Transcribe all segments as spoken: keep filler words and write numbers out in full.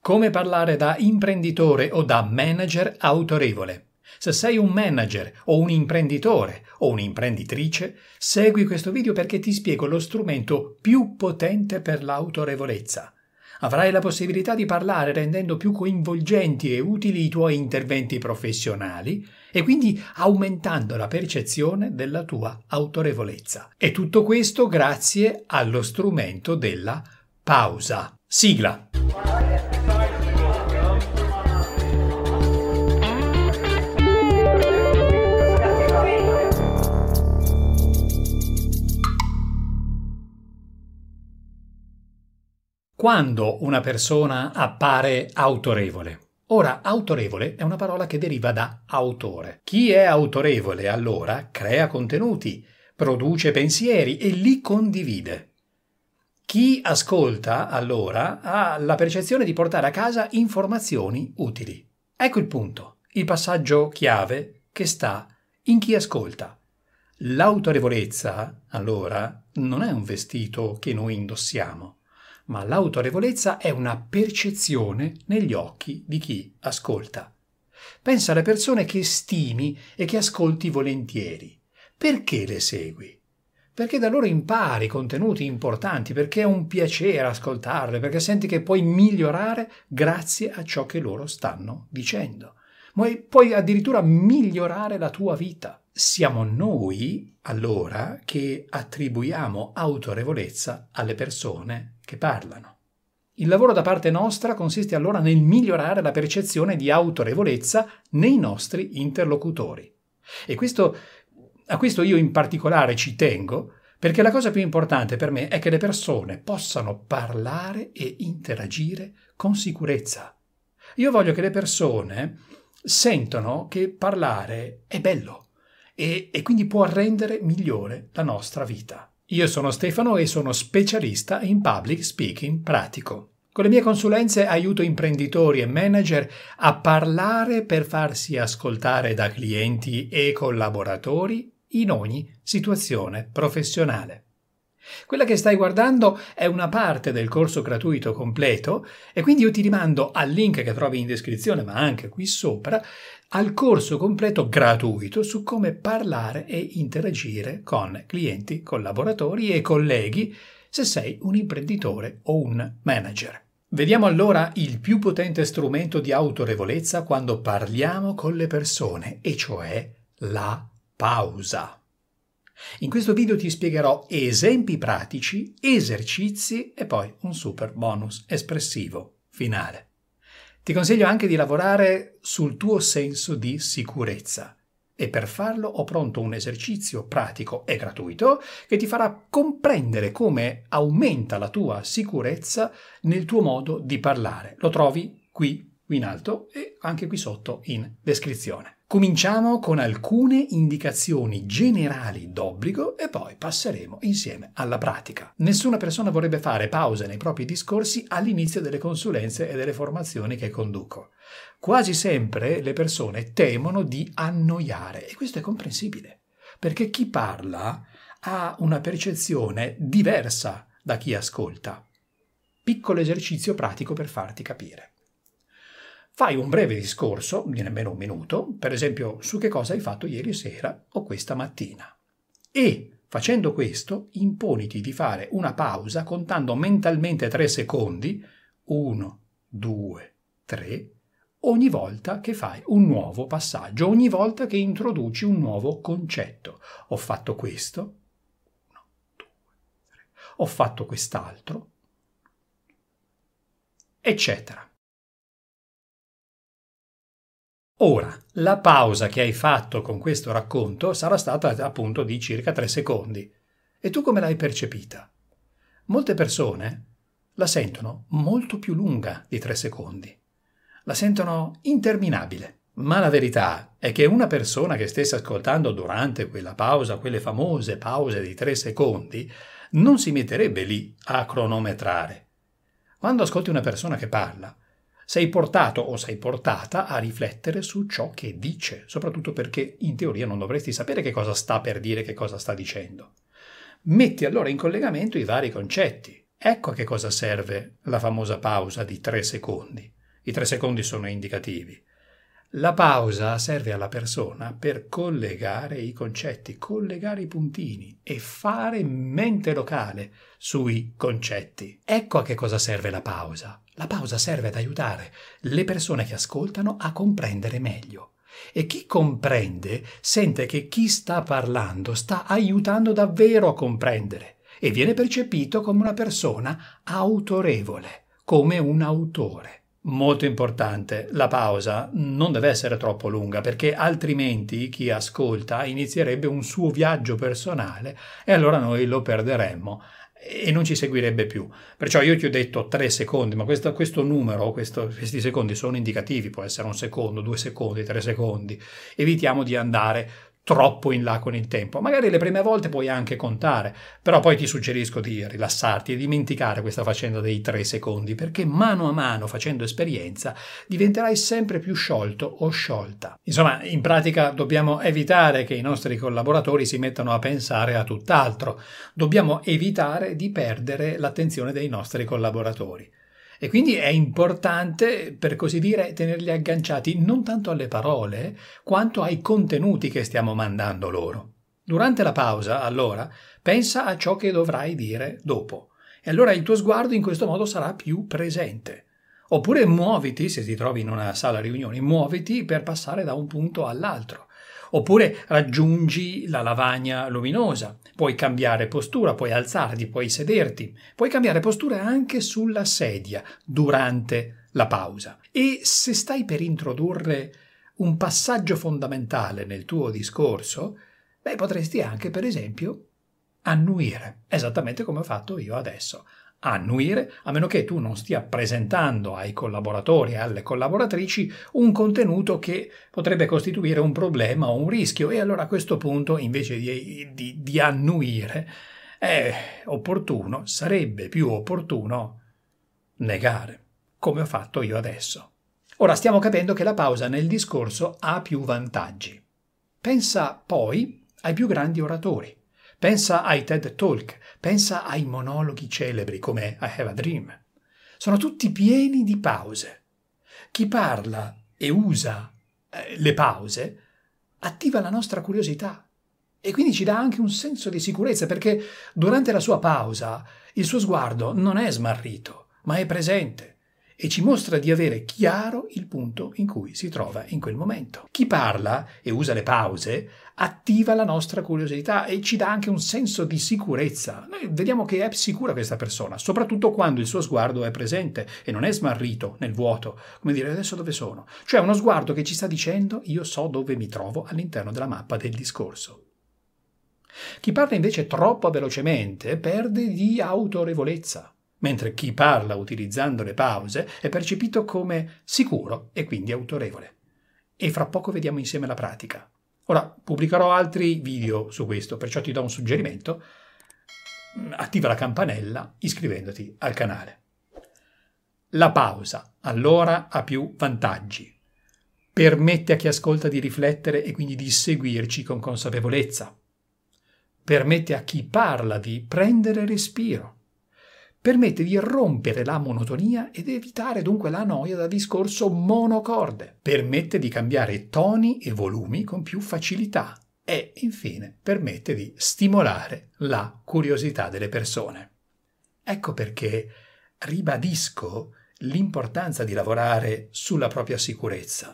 Come parlare da imprenditore o da manager autorevole. Se sei un manager o un imprenditore o un'imprenditrice, segui questo video perché ti spiego lo strumento più potente per l'autorevolezza. Avrai la possibilità di parlare rendendo più coinvolgenti e utili i tuoi interventi professionali e quindi aumentando la percezione della tua autorevolezza. E tutto questo grazie allo strumento della pausa. Sigla. Quando una persona appare autorevole? Ora, autorevole è una parola che deriva da autore. Chi è autorevole, allora, crea contenuti, produce pensieri e li condivide. Chi ascolta, allora, ha la percezione di portare a casa informazioni utili. Ecco il punto, il passaggio chiave che sta in chi ascolta. L'autorevolezza, allora, non è un vestito che noi indossiamo, ma l'autorevolezza è una percezione negli occhi di chi ascolta. Pensa alle persone che stimi e che ascolti volentieri. Perché le segui? Perché da loro impari contenuti importanti, perché è un piacere ascoltarle, perché senti che puoi migliorare grazie a ciò che loro stanno dicendo. Puoi addirittura migliorare la tua vita. Siamo noi, allora, che attribuiamo autorevolezza alle persone che parlano. Il lavoro da parte nostra consiste allora nel migliorare la percezione di autorevolezza nei nostri interlocutori. E questo, a questo io in particolare ci tengo, perché la cosa più importante per me è che le persone possano parlare e interagire con sicurezza. Io voglio che le persone sentono che parlare è bello e, e quindi può rendere migliore la nostra vita. Io sono Stefano e sono specialista in public speaking pratico. Con le mie consulenze aiuto imprenditori e manager a parlare per farsi ascoltare da clienti e collaboratori in ogni situazione professionale. Quella che stai guardando è una parte del corso gratuito completo e quindi io ti rimando al link che trovi in descrizione, ma anche qui sopra, al corso completo gratuito su come parlare e interagire con clienti, collaboratori e colleghi se sei un imprenditore o un manager. Vediamo allora il più potente strumento di autorevolezza quando parliamo con le persone, e cioè la pausa. In questo video ti spiegherò esempi pratici, esercizi e poi un super bonus espressivo finale. Ti consiglio anche di lavorare sul tuo senso di sicurezza e per farlo ho pronto un esercizio pratico e gratuito che ti farà comprendere come aumenta la tua sicurezza nel tuo modo di parlare. Lo trovi qui in alto e anche qui sotto in descrizione. Cominciamo con alcune indicazioni generali d'obbligo e poi passeremo insieme alla pratica. Nessuna persona vorrebbe fare pause nei propri discorsi all'inizio delle consulenze e delle formazioni che conduco. Quasi sempre le persone temono di annoiare e questo è comprensibile, perché chi parla ha una percezione diversa da chi ascolta. Piccolo esercizio pratico per farti capire. Fai un breve discorso, di nemmeno un minuto, per esempio su che cosa hai fatto ieri sera o questa mattina. E, facendo questo, imponiti di fare una pausa contando mentalmente tre secondi, uno, due, tre, ogni volta che fai un nuovo passaggio, ogni volta che introduci un nuovo concetto. Ho fatto questo, uno, due, tre, ho fatto quest'altro, eccetera. Ora, la pausa che hai fatto con questo racconto sarà stata appunto di circa tre secondi. E tu come l'hai percepita? Molte persone la sentono molto più lunga di tre secondi. La sentono interminabile. Ma la verità è che una persona che stesse ascoltando durante quella pausa, quelle famose pause di tre secondi, non si metterebbe lì a cronometrare. Quando ascolti una persona che parla, sei portato o sei portata a riflettere su ciò che dice, soprattutto perché in teoria non dovresti sapere che cosa sta per dire, che cosa sta dicendo. Metti allora in collegamento i vari concetti. Ecco a che cosa serve la famosa pausa di tre secondi. I tre secondi sono indicativi. La pausa serve alla persona per collegare i concetti, collegare i puntini e fare mente locale sui concetti. Ecco a che cosa serve la pausa. La pausa serve ad aiutare le persone che ascoltano a comprendere meglio. E chi comprende sente che chi sta parlando sta aiutando davvero a comprendere e viene percepito come una persona autorevole, come un autore. Molto importante, la pausa non deve essere troppo lunga perché altrimenti chi ascolta inizierebbe un suo viaggio personale e allora noi lo perderemmo e non ci seguirebbe più. Perciò io ti ho detto tre secondi, ma questo, questo numero, questo, questi secondi sono indicativi, può essere un secondo, due secondi, tre secondi. Evitiamo di andare troppo in là con il tempo. Magari le prime volte puoi anche contare, però poi ti suggerisco di rilassarti e dimenticare questa faccenda dei tre secondi, perché mano a mano, facendo esperienza, diventerai sempre più sciolto o sciolta. Insomma, in pratica dobbiamo evitare che i nostri collaboratori si mettano a pensare a tutt'altro. Dobbiamo evitare di perdere l'attenzione dei nostri collaboratori. E quindi è importante, per così dire, tenerli agganciati non tanto alle parole, quanto ai contenuti che stiamo mandando loro. Durante la pausa, allora, pensa a ciò che dovrai dire dopo. E allora il tuo sguardo in questo modo sarà più presente. Oppure muoviti, se ti trovi in una sala riunioni, muoviti per passare da un punto all'altro. Oppure raggiungi la lavagna luminosa, puoi cambiare postura, puoi alzarti, puoi sederti, puoi cambiare postura anche sulla sedia durante la pausa. E se stai per introdurre un passaggio fondamentale nel tuo discorso, beh, potresti anche, per esempio, annuire, esattamente come ho fatto io adesso. Annuire, a meno che tu non stia presentando ai collaboratori e alle collaboratrici un contenuto che potrebbe costituire un problema o un rischio, e allora a questo punto, invece di, di, di annuire, è opportuno, sarebbe più opportuno negare, come ho fatto io adesso. Ora stiamo capendo che la pausa nel discorso ha più vantaggi. Pensa poi ai più grandi oratori. Pensa ai TED Talk, pensa ai monologhi celebri come I Have a Dream. Sono tutti pieni di pause. Chi parla e usa eh, le pause attiva la nostra curiosità e quindi ci dà anche un senso di sicurezza, perché durante la sua pausa il suo sguardo non è smarrito, ma è presente e ci mostra di avere chiaro il punto in cui si trova in quel momento. Chi parla e usa le pause attiva la nostra curiosità e ci dà anche un senso di sicurezza. Noi vediamo che è sicura questa persona, soprattutto quando il suo sguardo è presente e non è smarrito nel vuoto, come dire adesso dove sono. Cioè uno sguardo che ci sta dicendo io so dove mi trovo all'interno della mappa del discorso. Chi parla invece troppo velocemente perde di autorevolezza, mentre chi parla utilizzando le pause è percepito come sicuro e quindi autorevole. E fra poco vediamo insieme la pratica. Ora pubblicherò altri video su questo, perciò ti do un suggerimento: attiva la campanella iscrivendoti al canale. La pausa, allora, ha più vantaggi. Permette a chi ascolta di riflettere e quindi di seguirci con consapevolezza. Permette a chi parla di prendere respiro. Permette di rompere la monotonia ed evitare dunque la noia da discorso monocorde. Permette di cambiare toni e volumi con più facilità. E, infine, permette di stimolare la curiosità delle persone. Ecco perché ribadisco l'importanza di lavorare sulla propria sicurezza.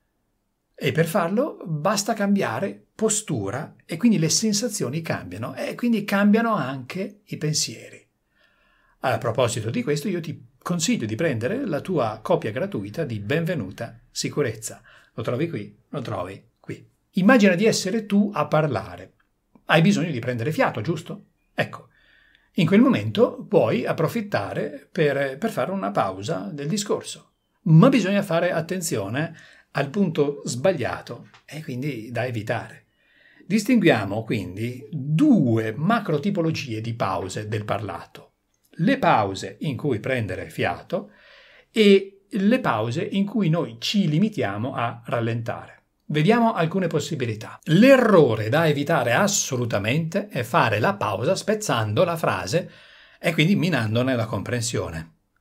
E per farlo basta cambiare postura e quindi le sensazioni cambiano e quindi cambiano anche i pensieri. A proposito di questo, io ti consiglio di prendere la tua copia gratuita di Benvenuta Sicurezza. Lo trovi qui, lo trovi qui. Immagina di essere tu a parlare. Hai bisogno di prendere fiato, giusto? Ecco, in quel momento puoi approfittare per, per fare una pausa del discorso. Ma bisogna fare attenzione al punto sbagliato e quindi da evitare. Distinguiamo quindi due macro tipologie di pause del parlato. Le pause in cui prendere fiato e le pause in cui noi ci limitiamo a rallentare. Vediamo alcune possibilità. L'errore da evitare assolutamente è fare la pausa spezzando la frase e quindi minandone la comprensione.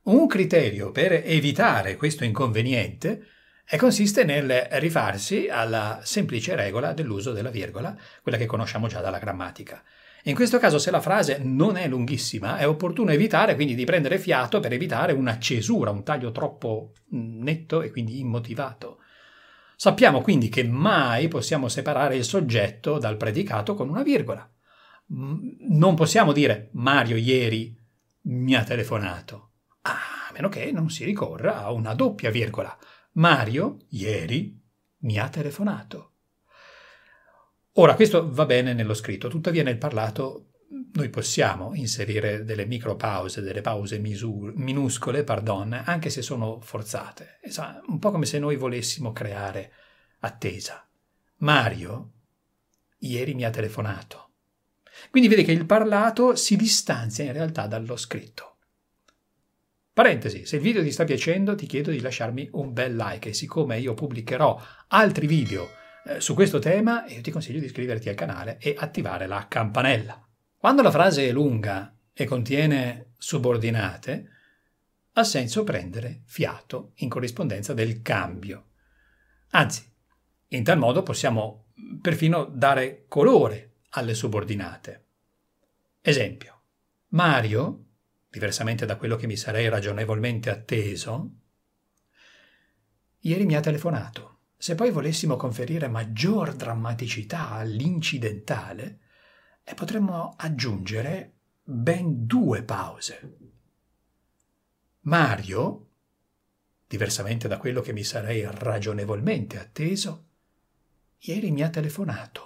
Un criterio per evitare questo inconveniente e consiste nel rifarsi alla semplice regola dell'uso della virgola, quella che conosciamo già dalla grammatica. In questo caso, se la frase non è lunghissima, è opportuno evitare quindi di prendere fiato per evitare una cesura, un taglio troppo netto e quindi immotivato. Sappiamo quindi che mai possiamo separare il soggetto dal predicato con una virgola. Non possiamo dire Mario ieri mi ha telefonato, a meno che non si ricorra a una doppia virgola. Mario ieri mi ha telefonato. Ora, questo va bene nello scritto, tuttavia nel parlato noi possiamo inserire delle micropause, delle pause misur- minuscole, pardon, anche se sono forzate. Esatto, un po' come se noi volessimo creare attesa. Mario ieri mi ha telefonato. Quindi vedi che il parlato si distanzia in realtà dallo scritto. Parentesi, se il video ti sta piacendo ti chiedo di lasciarmi un bel like e siccome io pubblicherò altri video eh, su questo tema, io ti consiglio di iscriverti al canale e attivare la campanella. Quando la frase è lunga e contiene subordinate, ha senso prendere fiato in corrispondenza del cambio. Anzi, in tal modo possiamo perfino dare colore alle subordinate. Esempio, Mario, diversamente da quello che mi sarei ragionevolmente atteso, ieri mi ha telefonato. Se poi volessimo conferire maggior drammaticità all'incidentale, eh, potremmo aggiungere ben due pause. Mario, diversamente da quello che mi sarei ragionevolmente atteso, ieri mi ha telefonato.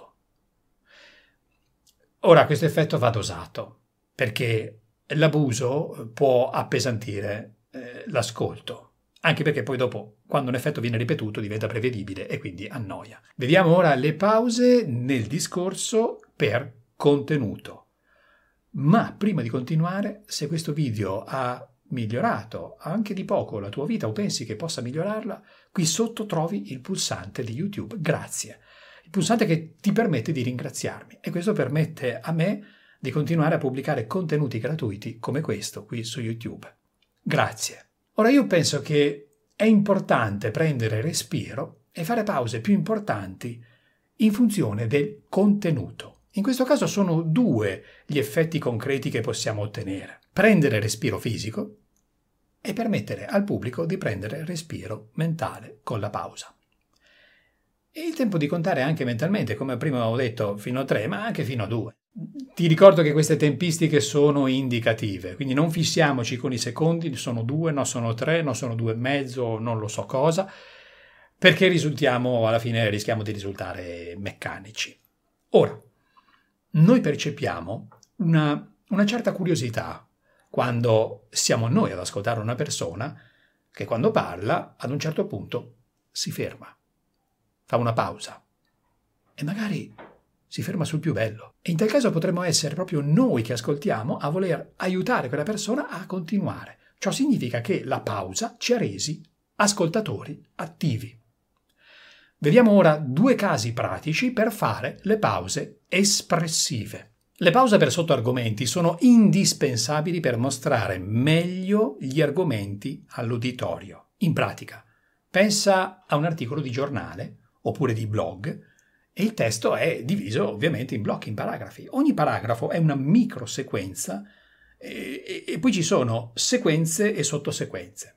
Ora, questo effetto va dosato, perché l'abuso può appesantire eh, l'ascolto, anche perché poi dopo, quando un effetto viene ripetuto, diventa prevedibile e quindi annoia. Vediamo ora le pause nel discorso per contenuto. Ma prima di continuare, se questo video ha migliorato anche di poco la tua vita o pensi che possa migliorarla, qui sotto trovi il pulsante di YouTube. Grazie. Il pulsante che ti permette di ringraziarmi e questo permette a me di continuare a pubblicare contenuti gratuiti come questo qui su YouTube. Grazie. Ora io penso che è importante prendere respiro e fare pause più importanti in funzione del contenuto. In questo caso sono due gli effetti concreti che possiamo ottenere. Prendere respiro fisico e permettere al pubblico di prendere respiro mentale con la pausa. E il tempo di contare anche mentalmente, come prima avevo detto, fino a tre, ma anche fino a due. Ti ricordo che queste tempistiche sono indicative, quindi non fissiamoci con i secondi, sono due, no sono tre, no sono due e mezzo, non lo so cosa, perché risultiamo, alla fine rischiamo di risultare meccanici. Ora, noi percepiamo una, una certa curiosità quando siamo noi ad ascoltare una persona che quando parla, ad un certo punto, si ferma. Fa una pausa e magari si ferma sul più bello. E in tal caso potremmo essere proprio noi che ascoltiamo a voler aiutare quella persona a continuare. Ciò significa che la pausa ci ha resi ascoltatori attivi. Vediamo ora due casi pratici per fare le pause espressive. Le pause per sottoargomenti sono indispensabili per mostrare meglio gli argomenti all'uditorio. In pratica, pensa a un articolo di giornale oppure di blog, e il testo è diviso ovviamente in blocchi, in paragrafi. Ogni paragrafo è una microsequenza e, e, e poi ci sono sequenze e sottosequenze.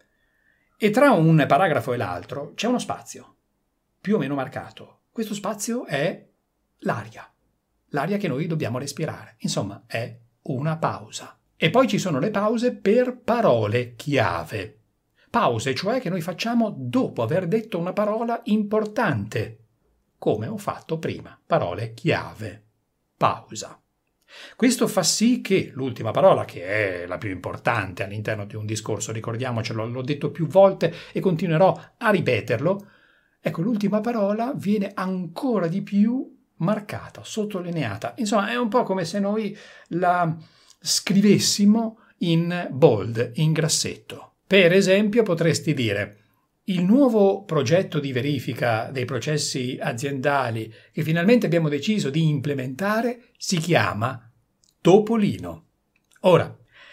E tra un paragrafo e l'altro c'è uno spazio, più o meno marcato. Questo spazio è l'aria, l'aria che noi dobbiamo respirare. Insomma, è una pausa. E poi ci sono le pause per parole chiave. Pause, cioè che noi facciamo dopo aver detto una parola importante, come ho fatto prima. Parole chiave. Pausa. Questo fa sì che l'ultima parola, che è la più importante all'interno di un discorso, ricordiamocelo, l'ho detto più volte e continuerò a ripeterlo, ecco, l'ultima parola viene ancora di più marcata, sottolineata. Insomma, è un po' come se noi la scrivessimo in bold, in grassetto. Per esempio potresti dire: il nuovo progetto di verifica dei processi aziendali che finalmente abbiamo deciso di implementare si chiama Topolino. Ora,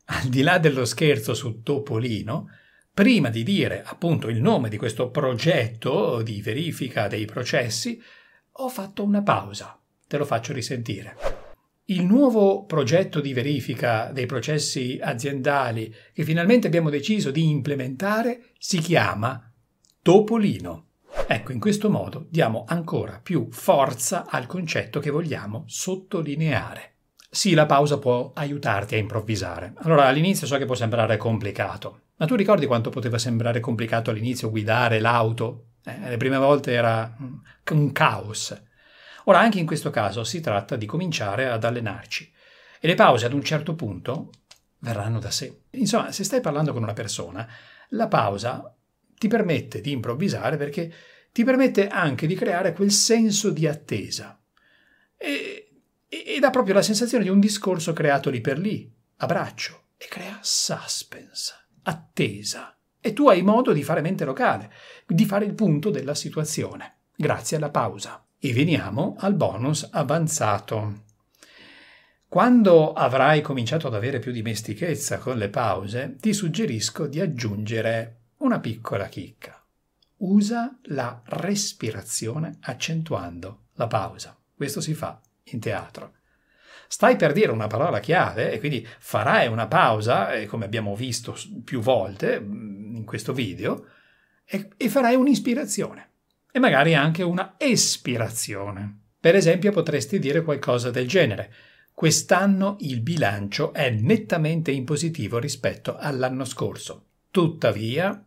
al di là dello scherzo su Topolino, prima di dire appunto il nome di questo progetto di verifica dei processi, ho fatto una pausa. Te lo faccio risentire. Il nuovo progetto di verifica dei processi aziendali che finalmente abbiamo deciso di implementare si chiama Topolino. Ecco, in questo modo diamo ancora più forza al concetto che vogliamo sottolineare. Sì, la pausa può aiutarti a improvvisare. Allora, all'inizio so che può sembrare complicato, ma tu ricordi quanto poteva sembrare complicato all'inizio guidare l'auto? Eh, le prime volte era un caos. Ora, anche in questo caso si tratta di cominciare ad allenarci e le pause ad un certo punto verranno da sé. Insomma, se stai parlando con una persona, la pausa ti permette di improvvisare perché ti permette anche di creare quel senso di attesa e, e dà proprio la sensazione di un discorso creato lì per lì, a braccio, e crea suspense, attesa. E tu hai modo di fare mente locale, di fare il punto della situazione, grazie alla pausa. E veniamo al bonus avanzato. Quando avrai cominciato ad avere più dimestichezza con le pause, ti suggerisco di aggiungere una piccola chicca. Usa la respirazione accentuando la pausa. Questo si fa in teatro. Stai per dire una parola chiave e quindi farai una pausa, come abbiamo visto più volte in questo video, e, e farai un'ispirazione. E magari anche una espirazione. Per esempio potresti dire qualcosa del genere. Quest'anno il bilancio è nettamente in positivo rispetto all'anno scorso. Tuttavia,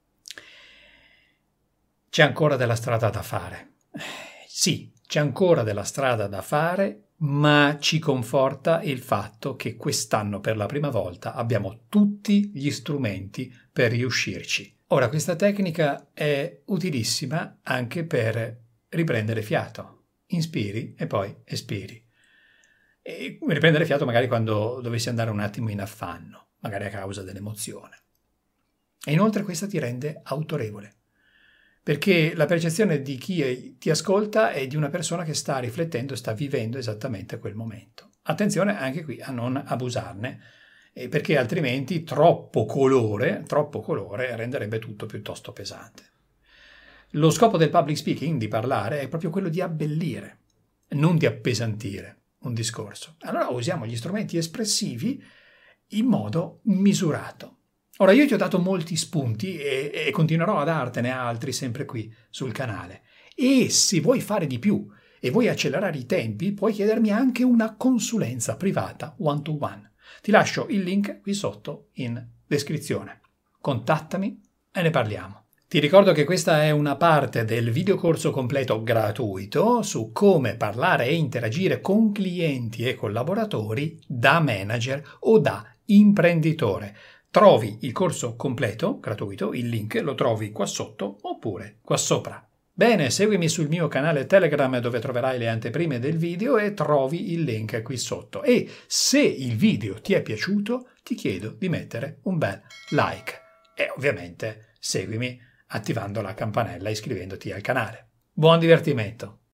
c'è ancora della strada da fare. Sì, c'è ancora della strada da fare, ma ci conforta il fatto che quest'anno per la prima volta abbiamo tutti gli strumenti per riuscirci. Ora, questa tecnica è utilissima anche per riprendere fiato. Inspiri e poi espiri. E riprendere fiato magari quando dovessi andare un attimo in affanno, magari a causa dell'emozione. E inoltre questa ti rende autorevole, perché la percezione di chi ti ascolta è di una persona che sta riflettendo, sta vivendo esattamente quel momento. Attenzione anche qui a non abusarne, perché altrimenti troppo colore, troppo colore renderebbe tutto piuttosto pesante. Lo scopo del public speaking, di parlare, è proprio quello di abbellire, non di appesantire un discorso. Allora usiamo gli strumenti espressivi in modo misurato. Ora, io ti ho dato molti spunti e, e continuerò a dartene altri sempre qui sul canale. E se vuoi fare di più e vuoi accelerare i tempi, puoi chiedermi anche una consulenza privata one to one. Ti lascio il link qui sotto in descrizione. Contattami e ne parliamo. Ti ricordo che questa è una parte del videocorso completo gratuito su come parlare e interagire con clienti e collaboratori da manager o da imprenditore. Trovi il corso completo gratuito, il link lo trovi qua sotto oppure qua sopra. Bene, seguimi sul mio canale Telegram dove troverai le anteprime del video e trovi il link qui sotto. E se il video ti è piaciuto, ti chiedo di mettere un bel like. E ovviamente seguimi attivando la campanella e iscrivendoti al canale. Buon divertimento!